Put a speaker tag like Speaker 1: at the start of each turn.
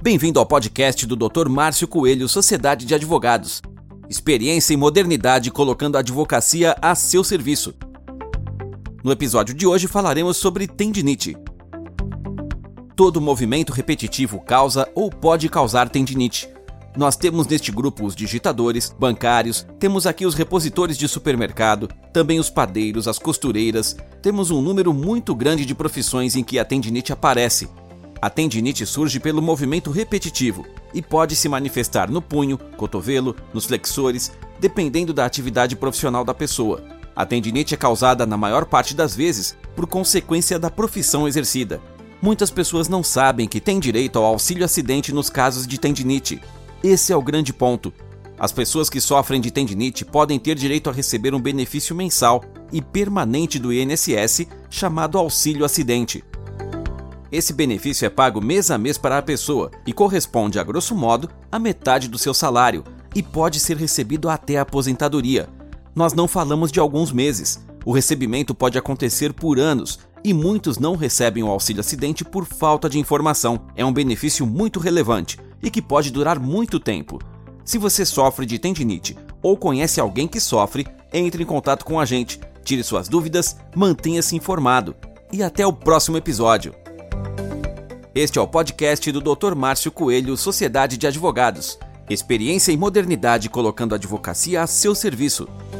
Speaker 1: Bem-vindo ao podcast do Dr. Márcio Coelho, Sociedade de Advogados. Experiência e modernidade colocando a advocacia a seu serviço. No episódio de hoje falaremos sobre tendinite. Todo movimento repetitivo causa ou pode causar tendinite. Nós temos neste grupo os digitadores, bancários, temos aqui os repositores de supermercado, também os padeiros, as costureiras. Temos um número muito grande de profissões em que a tendinite aparece. A tendinite surge pelo movimento repetitivo e pode se manifestar no punho, cotovelo, nos flexores, dependendo da atividade profissional da pessoa. A tendinite é causada, na maior parte das vezes, por consequência da profissão exercida. Muitas pessoas não sabem que têm direito ao auxílio-acidente nos casos de tendinite. Esse é o grande ponto. As pessoas que sofrem de tendinite podem ter direito a receber um benefício mensal e permanente do INSS chamado auxílio-acidente. Esse benefício é pago mês a mês para a pessoa e corresponde, a grosso modo, a metade do seu salário e pode ser recebido até a aposentadoria. Nós não falamos de alguns meses. O recebimento pode acontecer por anos e muitos não recebem o auxílio-acidente por falta de informação. É um benefício muito relevante e que pode durar muito tempo. Se você sofre de tendinite ou conhece alguém que sofre, entre em contato com a gente, tire suas dúvidas, mantenha-se informado. E até o próximo episódio. Este é o podcast do Dr. Márcio Coelho, Sociedade de Advogados. Experiência e modernidade colocando a advocacia a seu serviço.